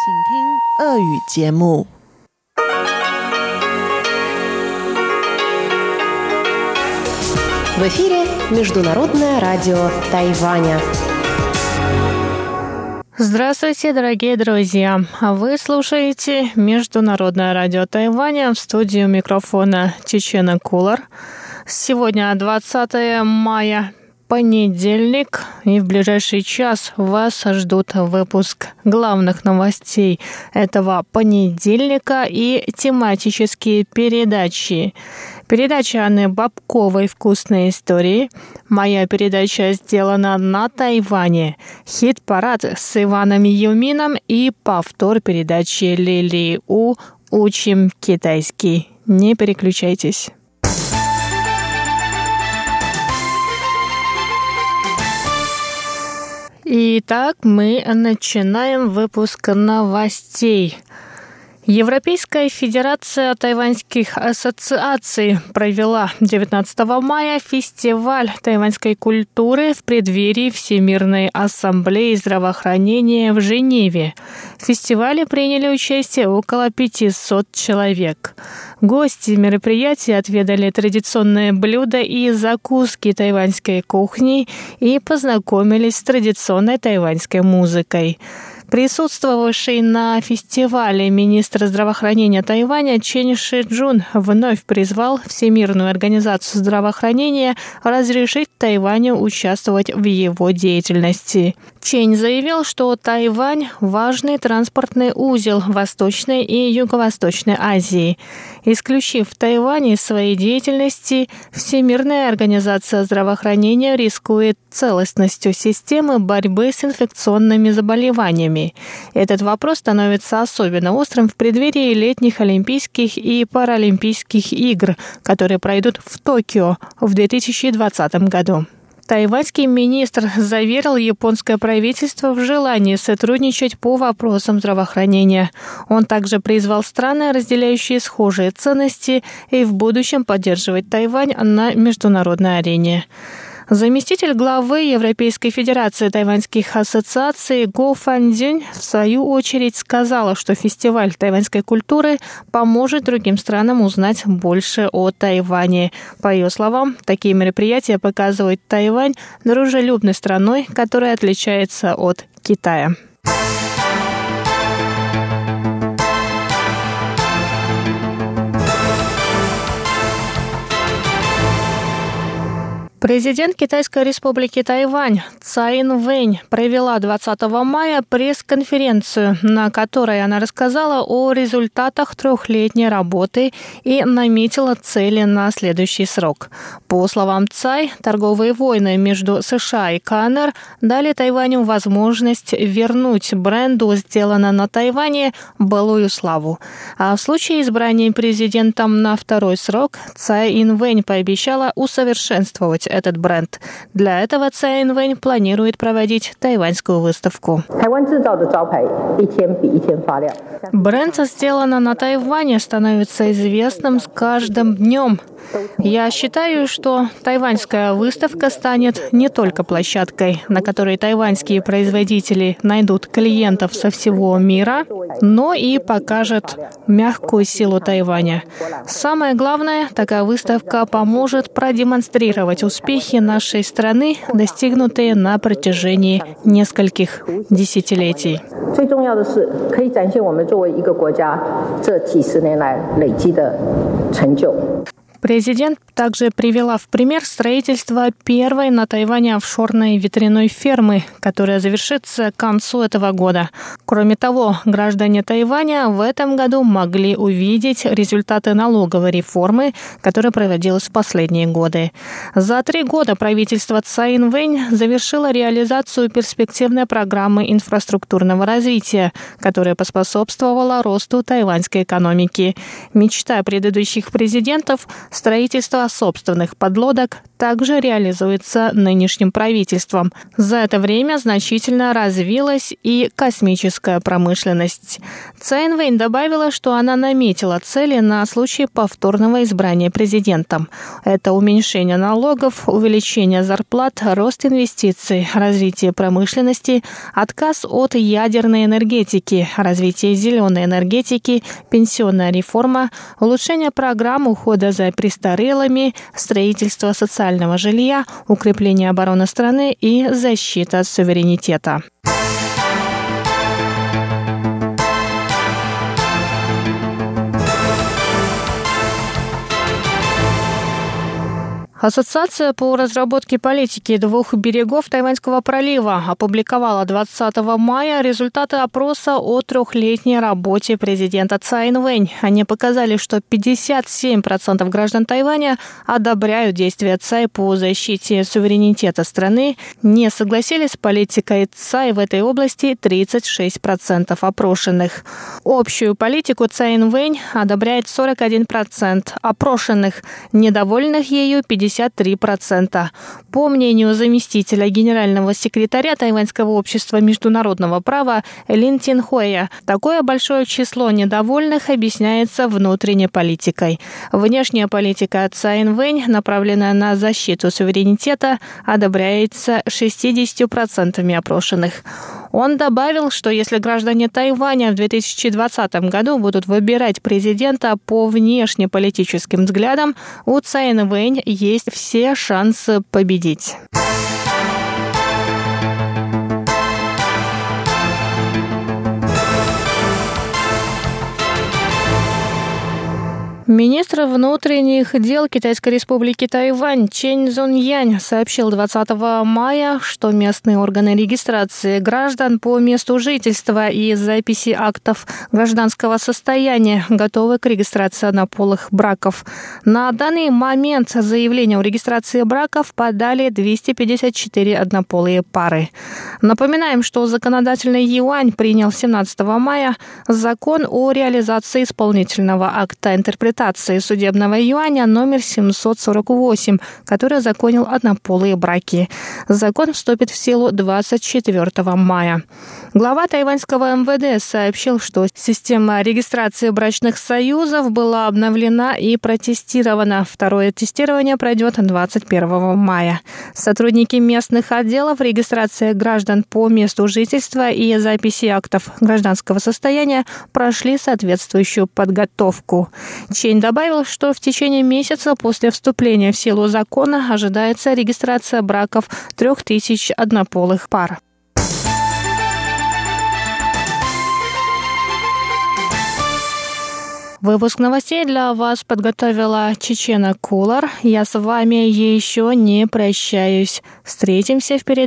В эфире Международное радио Тайваня. Здравствуйте, дорогие друзья! Вы слушаете Международное радио Тайваня, в студии у микрофона Чечена Кулар. Сегодня 20 мая, понедельник, и в ближайший час вас ждут выпуск главных новостей этого понедельника и тематические передачи. Передача Анны Бабковой «Вкусные истории». Моя передача сделана на Тайване. Хит-парад с Иваном Юмином и повтор передачи Лилии У «Учим китайский». Не переключайтесь. Итак, мы начинаем выпуск новостей. Европейская федерация тайваньских ассоциаций провела 19 мая фестиваль тайваньской культуры в преддверии Всемирной ассамблеи здравоохранения в Женеве. В фестивале приняли участие около 500 человек. Гости мероприятия отведали традиционные блюда и закуски тайваньской кухни и познакомились с традиционной тайваньской музыкой. Присутствовавший на фестивале министр здравоохранения Тайваня Чен Ши-Джун вновь призвал Всемирную организацию здравоохранения разрешить Тайваню участвовать в его деятельности. Чен заявил, что Тайвань – важный транспортный узел Восточной и Юго-Восточной Азии. Исключив Тайвань из своей деятельности, Всемирная организация здравоохранения рискует целостностью системы борьбы с инфекционными заболеваниями. Этот вопрос становится особенно острым в преддверии летних Олимпийских и Паралимпийских игр, которые пройдут в Токио в 2020 году. Тайваньский министр заверил японское правительство в желании сотрудничать по вопросам здравоохранения. Он также призвал страны, разделяющие схожие ценности, и в будущем поддерживать Тайвань на международной арене. Заместитель главы Европейской федерации тайваньских ассоциаций Го Фанцзюнь в свою очередь сказала, что фестиваль тайваньской культуры поможет другим странам узнать больше о Тайване. По ее словам, такие мероприятия показывают Тайвань дружелюбной страной, которая отличается от Китая. Президент Китайской республики Тайвань Цай Инвэнь провела 20 мая пресс-конференцию, на которой она рассказала о результатах трехлетней работы и наметила цели на следующий срок. По словам Цай, торговые войны между США и КНР дали Тайваню возможность вернуть бренду «Сделано на Тайване» былую славу. А в случае избрания президентом на второй срок Цай Инвэнь пообещала усовершенствовать этот бренд. Для этого Цай Инвэнь планирует проводить тайваньскую выставку. Бренд «Сделано на Тайване» становится известным с каждым днем. Я считаю, что тайваньская выставка станет не только площадкой, на которой тайваньские производители найдут клиентов со всего мира, но и покажет мягкую силу Тайваня. Самое главное, такая выставка поможет продемонстрировать успехи нашей страны, достигнутые на протяжении нескольких десятилетий. Президент также привела в пример строительство первой на Тайване офшорной ветряной фермы, которая завершится к концу этого года. Кроме того, граждане Тайваня в этом году могли увидеть результаты налоговой реформы, которая проводилась в последние годы. За 3 года правительство Цай Инвэнь завершило реализацию перспективной программы инфраструктурного развития, которая поспособствовала росту тайваньской экономики. Мечта предыдущих президентов – строительство собственных подлодок также реализуется нынешним правительством. За это время значительно развилась и космическая промышленность. Цай Инвэнь добавила, что она наметила цели на случай повторного избрания президентом. Это уменьшение налогов, увеличение зарплат, рост инвестиций, развитие промышленности, отказ от ядерной энергетики, развитие зеленой энергетики, пенсионная реформа, улучшение программ ухода за престарелыми, строительство социального жилья, укрепление обороны страны и защита суверенитета. Ассоциация по разработке политики двух берегов Тайваньского пролива опубликовала 20 мая результаты опроса о трехлетней работе президента Цай Инвэнь. Они показали, что 57% граждан Тайваня одобряют действия Цай по защите суверенитета страны. Не согласились с политикой Цай в этой области 36% опрошенных. Общую политику Цай Инвэнь одобряет 41%, опрошенных, недовольных ею 53%. По мнению заместителя генерального секретаря Тайваньского общества международного права Лин Тинхуэя, такое большое число недовольных объясняется внутренней политикой. Внешняя политика Цай Инвэнь, направленная на защиту суверенитета, одобряется 60% опрошенных. Он добавил, что если граждане Тайваня в 2020 году будут выбирать президента по внешнеполитическим взглядам, у Цай Инвэнь есть все шансы победить. Министр внутренних дел Китайской республики Тайвань Чен Цзуньянь сообщил 20 мая, что местные органы регистрации граждан по месту жительства и записи актов гражданского состояния готовы к регистрации однополых браков. На данный момент заявление о регистрации браков подали 254 однополые пары. Напоминаем, что законодательный юань принял 17 мая закон о реализации исполнительного акта интерпретации судебного юаня номер 748, который узаконил однополые браки. Закон вступит в силу 24 мая. Глава тайваньского МВД сообщил, что система регистрации брачных союзов была обновлена и протестирована. Второе тестирование пройдет 21 мая. Сотрудники местных отделов регистрации граждан по месту жительства и записи актов гражданского состояния прошли соответствующую подготовку. Чень добавил, что в течение месяца после вступления в силу закона ожидается регистрация браков 3000 однополых пар. Выпуск новостей для вас подготовила Чечена Кулар. Я с вами еще не прощаюсь. Встретимся в передаче